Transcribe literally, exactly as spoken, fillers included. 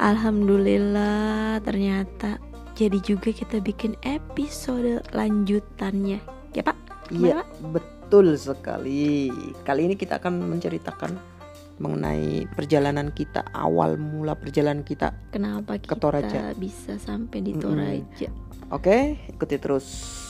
Alhamdulillah ternyata jadi juga kita bikin episode lanjutannya. Ya Pak? Iya, betul sekali. Kali ini kita akan menceritakan mengenai perjalanan kita, awal mula perjalanan kita Kenapa ke kita Toraja. bisa sampai di Toraja? Oke, ikuti terus.